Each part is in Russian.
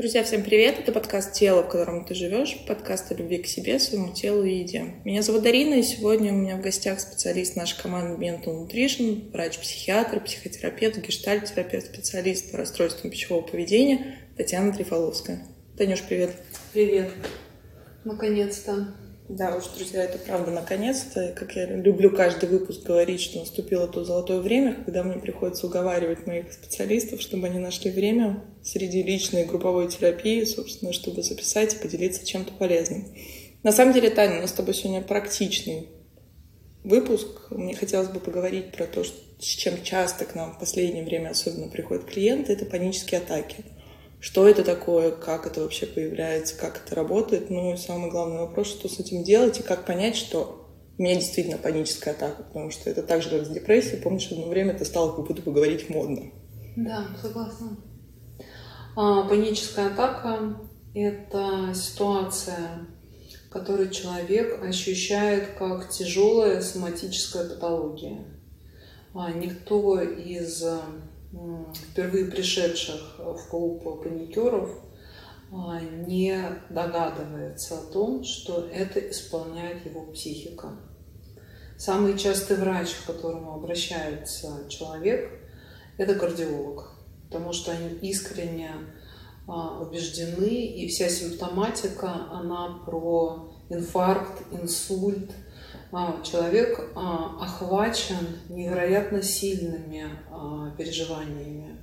Друзья, всем привет! Это подкаст «Тело, в котором ты живешь», подкаст о любви к себе, своему телу и еде. Меня зовут Дарина, и сегодня у меня в гостях специалист нашей команды Mental Nutrition, врач-психиатр, психотерапевт, гештальт-терапевт, специалист по расстройствам пищевого поведения Татьяна Трифоловская. Танюш, привет! Привет! Наконец-то! Да уж, друзья, это правда, наконец-то. Как я люблю каждый выпуск говорить, что наступило то золотое время, когда мне приходится уговаривать моих специалистов, чтобы они нашли время среди личной и групповой терапии, собственно, чтобы записать и поделиться чем-то полезным. На самом деле, Таня, у нас с тобой сегодня практичный выпуск. Мне хотелось бы поговорить про то, с чем часто к нам в последнее время особенно приходят клиенты, это панические атаки. Что это такое, как это вообще появляется, как это работает. Ну и самый главный вопрос, что с этим делать и как понять, что у меня действительно паническая атака. Потому что это так же, как с депрессией. Помнишь, одно время это стало как будто бы говорить модно. Да, согласна. Паническая атака – это ситуация, которую человек ощущает как тяжелая соматическая патология. Никто из впервые пришедших в клуб паникеров не догадывается о том, что это исполняет его психика. Самый частый врач, к которому обращается человек, это кардиолог, потому что они искренне убеждены, и вся симптоматика, она про инфаркт, инсульт. Человек охвачен невероятно сильными переживаниями.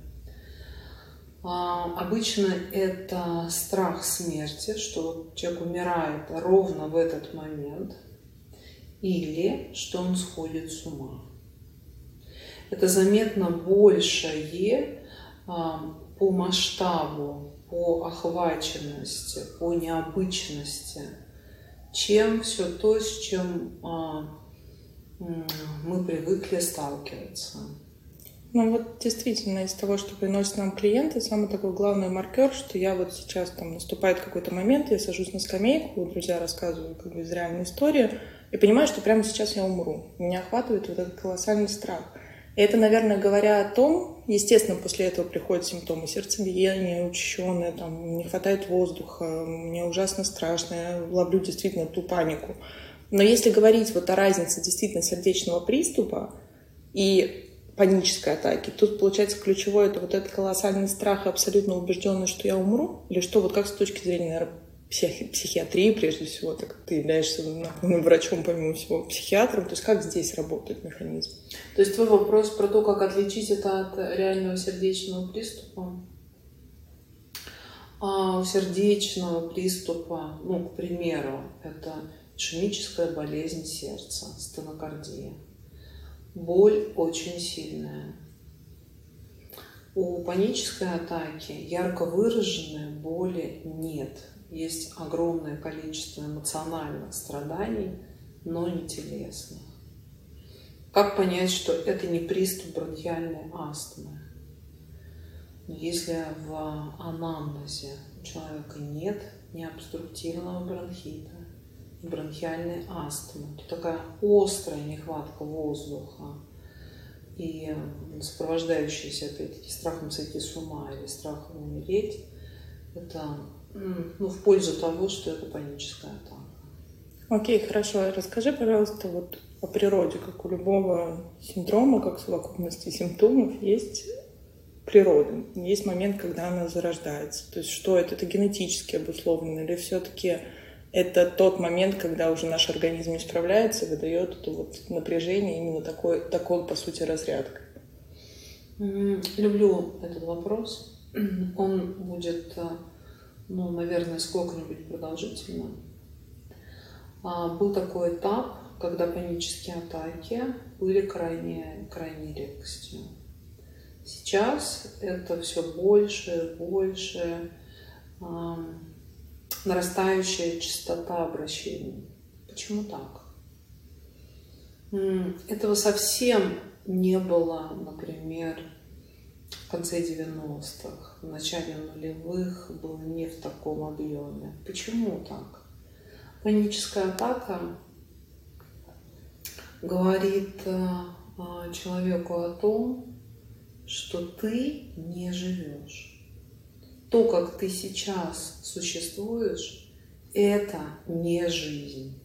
Обычно это страх смерти, что человек умирает ровно в этот момент, или что он сходит с ума. Это заметно большее по масштабу, по охваченности, по необычности, чем все то, с чем мы привыкли сталкиваться. Ну вот действительно из того, что приносят нам клиенты, самый такой главный маркер, что я вот сейчас там наступает какой-то момент, я сажусь на скамейку, друзья рассказываю как бы из реальной истории, и понимаю, что прямо сейчас я умру. Меня охватывает вот этот колоссальный страх. И это, наверное, говоря о том, естественно, после этого приходят симптомы сердцебиения, учащенное, там, не хватает воздуха, мне ужасно страшно, я ловлю действительно ту панику. Но если говорить вот о разнице действительно сердечного приступа и панической атаки, тут, получается, ключевое это вот этот колоссальный страх и абсолютно убежденность, что я умру, или что, вот как с точки зрения, наверное, психиатрии, прежде всего, так как ты являешься врачом, помимо всего, психиатром, то есть как здесь работает механизм? То есть твой вопрос про то, как отличить это от реального сердечного приступа? У сердечного приступа, к примеру, это ишемическая болезнь сердца, стенокардия. Боль очень сильная. У панической атаки ярко выраженной боли нет. Есть огромное количество эмоциональных страданий, но не телесных. Как понять, что это не приступ бронхиальной астмы? Если в анамнезе у человека нет необструктивного бронхита и бронхиальной астмы, то такая острая нехватка воздуха и сопровождающаяся, опять-таки, страхом сойти с ума или страхом умереть, это в пользу того, что это паническая атака. Окей, хорошо. Расскажи, пожалуйста, вот о природе, как у любого синдрома, как совокупности симптомов, есть природа. Есть момент, когда она зарождается. То есть что это? Это генетически обусловлено или все-таки это тот момент, когда уже наш организм не справляется и выдает это вот напряжение, именно такой, по сути, разряд? Люблю этот вопрос. Он будет, наверное, сколько-нибудь продолжительным. Был такой этап, когда панические атаки были крайней редкостью. Сейчас это все больше и больше нарастающая частота обращений. Почему так? Этого совсем не было, например, в конце 90-х, в начале нулевых было не в таком объеме. Почему так? Паническая атака говорит человеку о том, что ты не живешь. то, как ты сейчас существуешь, это не жизнь.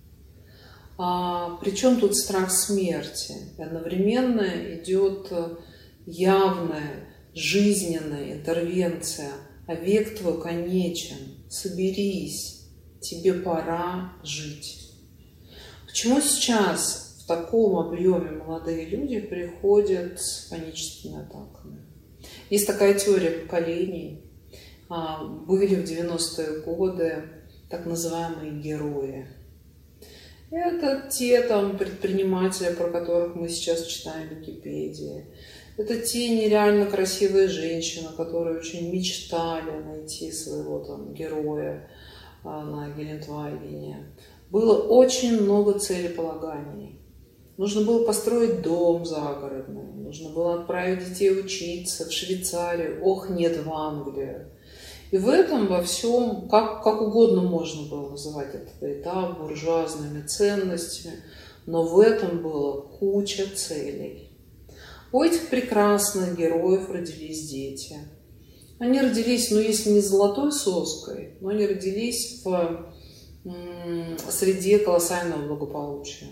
Причем тут страх смерти? И одновременно идет явная жизненная интервенция. А век твой конечен. Соберись, тебе пора жить. Почему сейчас в таком объеме молодые люди приходят с паническими атаками? Есть такая теория поколений. Были в 90-е годы так называемые герои. Это те предприниматели, про которых мы сейчас читаем в Википедии. Это те нереально красивые женщины, которые очень мечтали найти своего героя на Гелендвагене. Было очень много целеполаганий. Нужно было построить дом загородный, нужно было отправить детей учиться в Швейцарию, нет, в Англию. И в этом во всем, как угодно можно было называть этот этап буржуазными ценностями, но в этом была куча целей. У этих прекрасных героев родились дети. Они родились, если не золотой соской, но они родились в среде колоссального благополучия.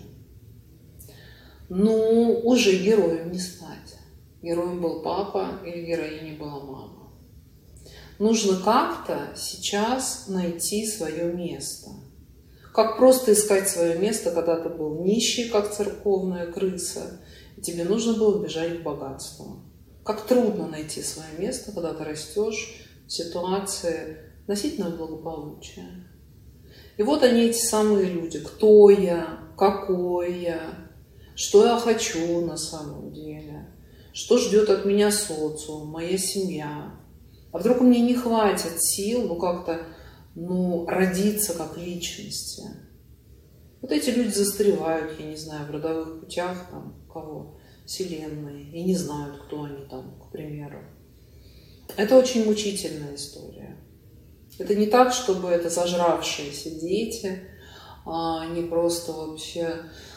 Но уже героем не стать. Героем был папа или героиней была мама. Нужно как-то сейчас найти свое место. Как просто искать свое место, когда ты был нищий, как церковная крыса, и тебе нужно было бежать к богатству. Как трудно найти свое место, когда ты растешь в ситуации относительного благополучия. И вот они, эти самые люди. Кто я? Какой я? Что я хочу на самом деле? Что ждет от меня социум, моя семья? А вдруг мне не хватит сил как-то родиться как личности? Вот эти люди застревают, я не знаю, в родовых путях Вселенной, и не знают, кто они к примеру. Это очень мучительная история. Это не так, чтобы это зажравшиеся дети, они просто вообще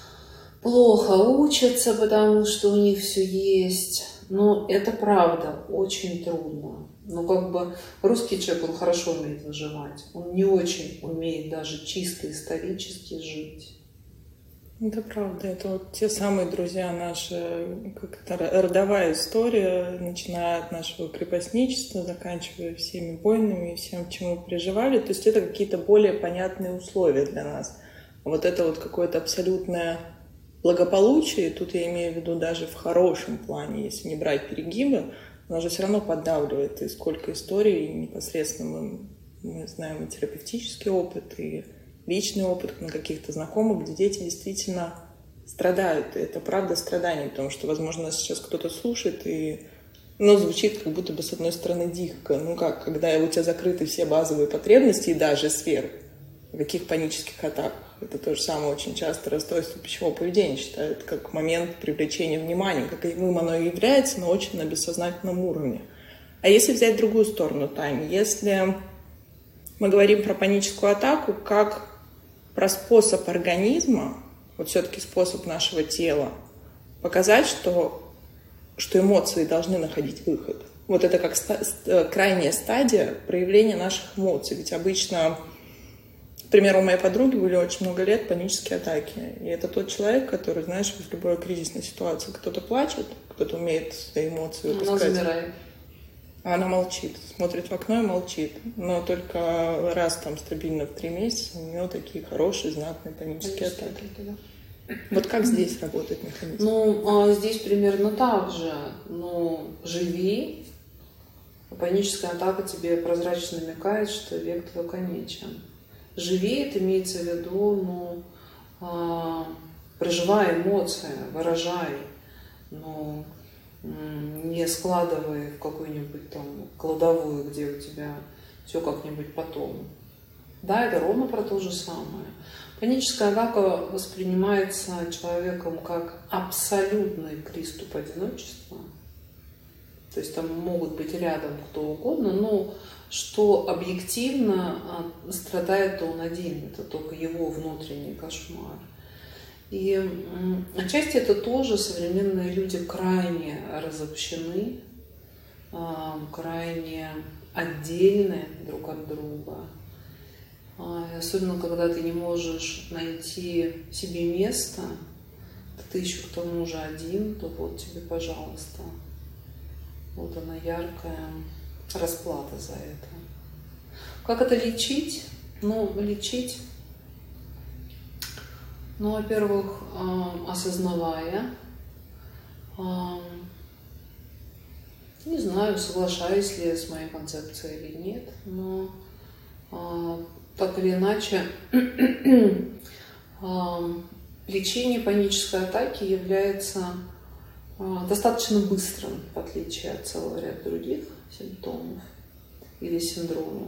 плохо учатся, потому что у них все есть. Но это правда очень трудно. Но русский человек, он хорошо умеет выживать. Он не очень умеет даже чисто исторически жить. Это правда. Это те самые друзья наши, родовая история, начиная от нашего крепостничества, заканчивая всеми войнами и всем, к чему переживали. То есть это какие-то более понятные условия для нас. Вот это какое-то абсолютное благополучие, тут я имею в виду даже в хорошем плане, если не брать перегибы, оно же все равно поддавливает. И сколько историй непосредственно мы знаем и терапевтический опыт, и личный опыт на каких-то знакомых, где дети действительно страдают. И это правда страдание, потому что, возможно, сейчас кто-то слушает, и звучит как будто бы с одной стороны дико. Когда у тебя закрыты все базовые потребности и даже сверх. О каких панических атаках? Это то же самое очень часто расстройство пищевого поведения считают как момент привлечения внимания, как им оно и является, но очень на бессознательном уровне. А если взять другую сторону, Тань, если мы говорим про паническую атаку как про способ организма, все-таки способ нашего тела, показать, что эмоции должны находить выход. Это как крайняя стадия проявления наших эмоций. Ведь обычно... К примеру, у моей подруги были очень много лет панические атаки. И это тот человек, который, знаешь, в любой кризисной ситуации кто-то плачет, кто-то умеет свои эмоции выпускать. Она замирает. А она молчит, смотрит в окно и молчит. Но только раз стабильно в 3 месяца у нее такие хорошие, знатные панические атаки. Да. Как здесь работает механизм? Здесь примерно так же. Живи. Паническая атака тебе прозрачно намекает, что век твой конечен. Живи, это имеется в виду, проживай эмоции, выражай, не складывай в какую-нибудь кладовую, где у тебя все как-нибудь потом. Да, это ровно про то же самое. Паническая атака воспринимается человеком как абсолютный приступ одиночества. То есть там могут быть рядом кто угодно, но что объективно страдает он один, это только его внутренний кошмар. И отчасти это тоже современные люди крайне разобщены, крайне отдельны друг от друга. И особенно, когда ты не можешь найти себе место, ты еще к тому же один, то вот тебе, пожалуйста, вот она яркая расплата за это. Как это лечить? Лечить, во-первых, осознавая, не знаю, соглашаюсь ли я с моей концепцией или нет, но так или иначе лечение панической атаки является достаточно быстрым, в отличие от целого ряда других симптомов или синдромов.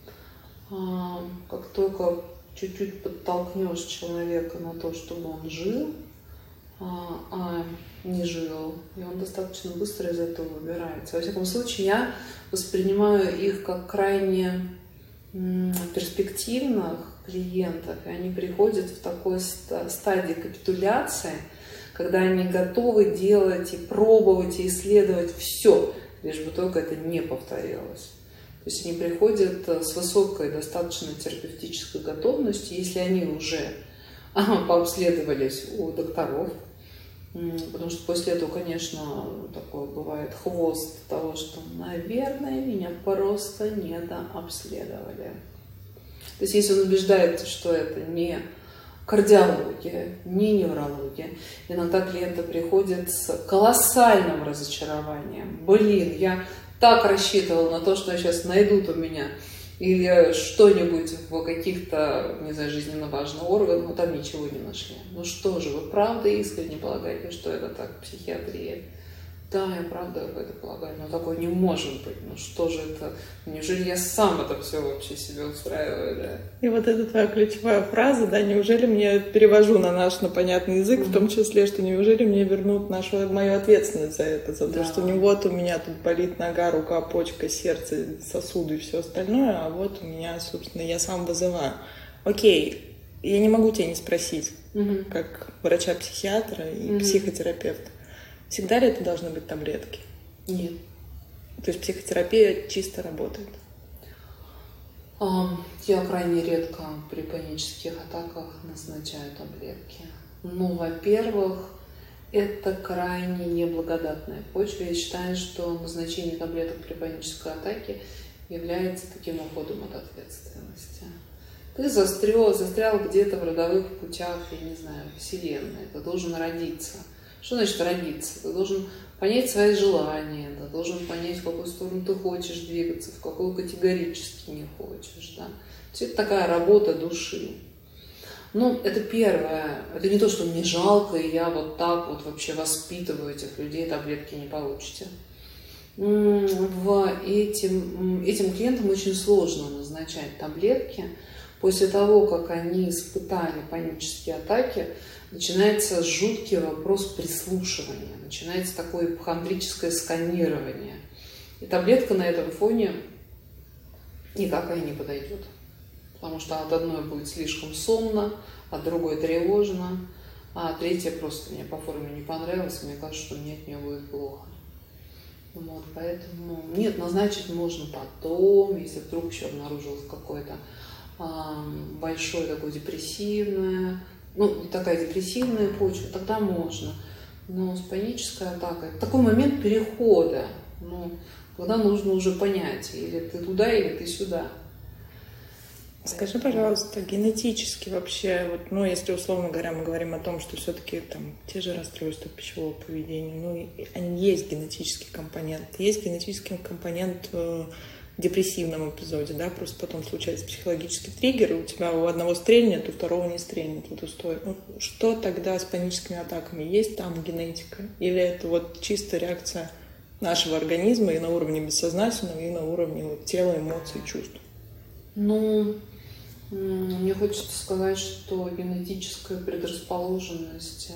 Как только чуть-чуть подтолкнешь человека на то, чтобы он жил, а не жил, и он достаточно быстро из этого выбирается. Во всяком случае, я воспринимаю их как крайне перспективных клиентов, и они приходят в такой стадии капитуляции, когда они готовы делать и пробовать, и исследовать все, лишь бы только это не повторилось. То есть они приходят с высокой достаточно терапевтической готовностью, если они уже пообследовались у докторов, потому что после этого, конечно, такое бывает хвост того, что, наверное, меня просто недообследовали. То есть если он убеждается, что это не кардиология, не неврология, иногда клиенты приходят с колоссальным разочарованием. Блин, я так рассчитывала на то, что сейчас найдут у меня или что-нибудь в каких-то, не знаю, жизненно важных органах, но там ничего не нашли. Ну что же, вы правда искренне полагаете, что это так, психиатрия? Да, я правда это полагаю, но такое не может быть. Ну что же это? Неужели я сам это все вообще себе устраиваю, да? И вот эта твоя ключевая фраза, да, неужели мне, перевожу на наш, на понятный язык, в том числе, что неужели мне вернут мою ответственность за это, за то, что не вот у меня тут болит нога, рука, почка, сердце, сосуды и все остальное, а вот у меня, собственно, я сам вызываю. Окей, я не могу тебя не спросить, как врача-психиатра и психотерапевта. Всегда ли это должны быть таблетки? Нет. То есть психотерапия чисто работает? Я крайне редко при панических атаках назначаю таблетки. Во-первых, это крайне неблагодатная почва. Я считаю, что назначение таблеток при панической атаке является таким уходом от ответственности. Ты застрял где-то в родовых путях, я не знаю, Вселенной. Ты должен родиться. Что значит родиться? Ты должен понять свои желания, ты должен понять, в какую сторону ты хочешь двигаться, в какую категорически не хочешь. Да? То есть это такая работа души. Это первое. Это не то, что мне жалко, и я вот так вот вообще воспитываю этих людей, таблетки не получите. Этим клиентам очень сложно назначать таблетки. После того, как они испытали панические атаки, начинается жуткий вопрос прислушивания, начинается такое ипохондрическое сканирование. И таблетка на этом фоне никакая не подойдет. Потому что от одной будет слишком сонно, от другой тревожно, а третья просто мне по форме не понравилась, и мне кажется, что мне от нее будет плохо. Поэтому нет, назначить можно потом, если вдруг еще обнаружилось какое-то большое такое депрессивное, такая депрессивная почва, тогда можно. Но с панической атакой такой момент перехода, когда нужно уже понять, или ты туда, или ты сюда. Скажи, пожалуйста, генетически вообще, если, условно говоря, мы говорим о том, что все-таки там те же расстройства пищевого поведения, они есть генетический компонент. Есть генетический компонент в депрессивном эпизоде, да, просто потом случается психологический триггер, и у тебя у одного стрельнет, у второго не стрельнет. Что тогда с паническими атаками? Есть там генетика? Или это чисто реакция нашего организма и на уровне бессознательного, и на уровне тела, эмоций, чувств? Мне хочется сказать, что генетическая предрасположенность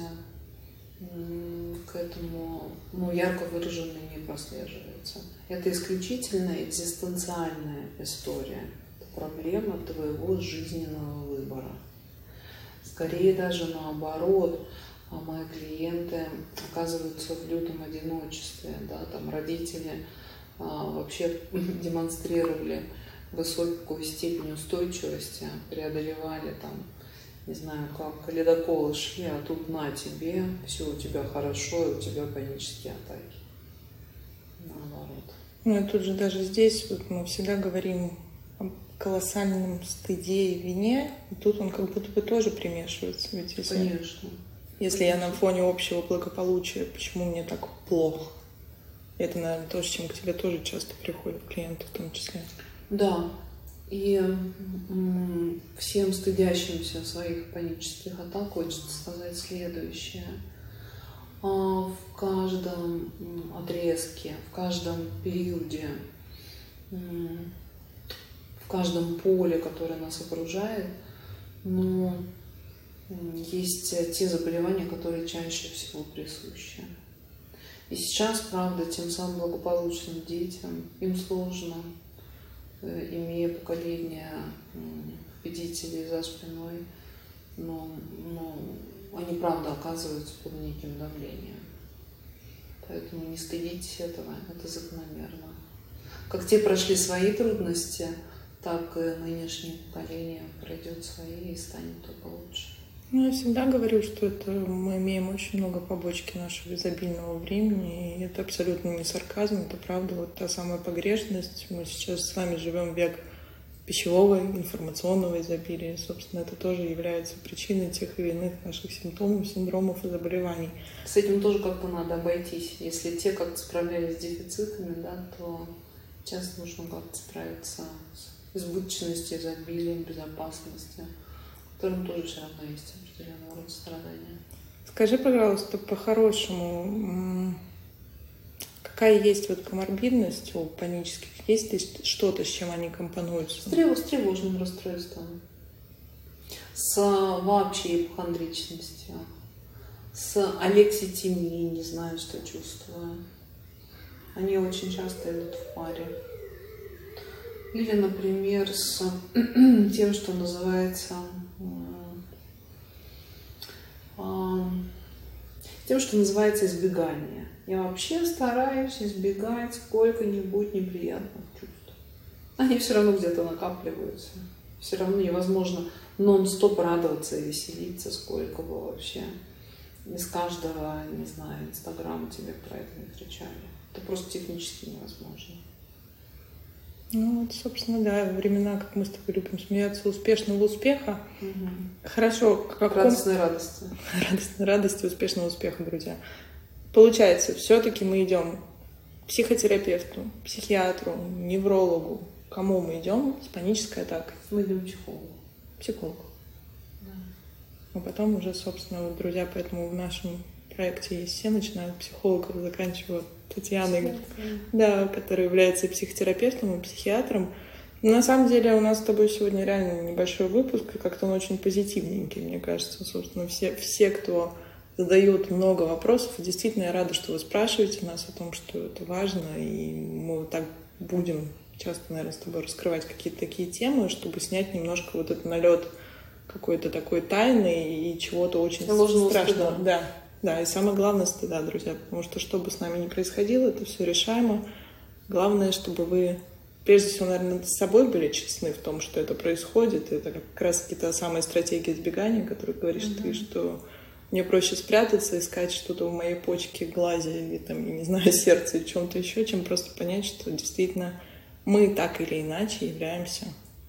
к этому ярко выраженно не прослеживается. Это исключительно экзистенциальная история. Это проблема твоего жизненного выбора. Скорее даже наоборот, мои клиенты оказываются в лютом одиночестве. Да, там родители вообще демонстрировали высокую степень устойчивости, преодолевали там, не знаю, как ледоколы шли, а тут на тебе, все у тебя хорошо, и у тебя панические атаки. Наоборот. Ну и тут же даже здесь вот мы всегда говорим о колоссальном стыде и вине, и тут он как будто бы тоже примешивается. Ведь Конечно. Если я на фоне общего благополучия, почему мне так плохо? Это, наверное, то, с чем к тебе тоже часто приходят клиенты в том числе. Да. И всем стыдящимся своих панических атак хочется сказать следующее. В каждом отрезке, в каждом периоде, в каждом поле, которое нас окружает, есть те заболевания, которые чаще всего присущи. И сейчас, правда, тем самым благополучным детям, им сложно, имея поколение победителей за спиной, но они, правда, оказываются под неким давлением. Поэтому не стыдитесь этого, это закономерно. Как те прошли свои трудности, так и нынешнее поколение пройдет свои и станет только лучше. Ну, я всегда говорю, что это мы имеем очень много побочки нашего изобильного времени, и это абсолютно не сарказм, это правда вот та самая погрешность. Мы сейчас с вами живем в век пищевого, информационного изобилия. Собственно, это тоже является причиной тех или иных наших симптомов, синдромов и заболеваний. С этим тоже как-то надо обойтись. Если те как-то справлялись с дефицитами, да, то сейчас нужно как-то справиться с избыточностью, изобилием, безопасностью, в котором тоже все равно есть определенного рода страдания. Скажи, пожалуйста, по-хорошему, какая есть вот коморбидность у панических? Есть ли что-то, с чем они компонуются? С тревожным расстройством, с вообще ипохондричностью, с алекситимией, не знаю, что чувствую. Они очень часто идут в паре. Или, например, с тем, что называется избегание. Я вообще стараюсь избегать сколько-нибудь неприятных чувств. Они все равно где-то накапливаются. Все равно невозможно нон-стоп радоваться и веселиться, сколько бы вообще. Из каждого, не знаю, инстаграма тебе про это не кричали. Это просто технически невозможно. Ну вот, собственно, да, времена, как мы с тобой любим смеяться, успешного успеха. Угу. Хорошо. Радостной радости. Радостной радости, успешного успеха, друзья. Получается, все-таки мы идем к психотерапевту, психиатру, неврологу. Кому мы идем с панической атакой? Мы идем к психологу. Психологу. Да. А потом уже, собственно, вот, друзья, поэтому в нашем проекте есть все, начиная от психологов, заканчивая Татьяной, да, которая является психотерапевтом и психиатром. Но на самом деле у нас с тобой сегодня реально небольшой выпуск, и как-то он очень позитивненький, мне кажется. Собственно, все, кто задает много вопросов, и действительно я рада, что вы спрашиваете нас о том, что это важно, и мы вот так будем часто, наверное, с тобой раскрывать какие-то такие темы, чтобы снять немножко вот этот налет какой-то такой тайны и чего-то очень страшного. Да, и самое главное — стыда, друзья, потому что бы с нами ни происходило, это все решаемо. Главное, чтобы вы, прежде всего, наверное, с собой были честны в том, что это происходит. Это как раз-таки та самая стратегия избегания, которую говоришь ты, что мне проще спрятаться, искать что-то в моей почке, глазе, или там, я не знаю, сердце, или чем-то еще, чем просто понять, что действительно мы так или иначе являемся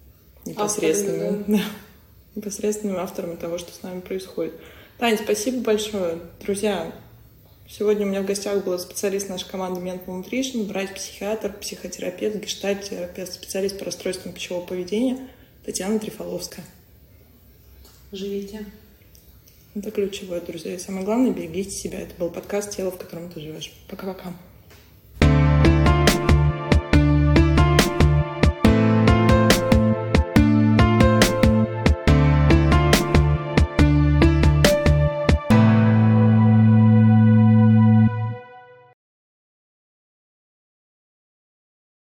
непосредственными авторами того, что с нами происходит. Тань, спасибо большое. Друзья, сегодня у меня в гостях был специалист нашей команды Mental Nutrition, врач-психиатр, психотерапевт, гештальт-терапевт, специалист по расстройствам пищевого поведения Татьяна Трифоловская. Живите. Это ключевое, друзья. И самое главное, берегите себя. Это был подкаст «Тело, в котором ты живешь». Пока-пока.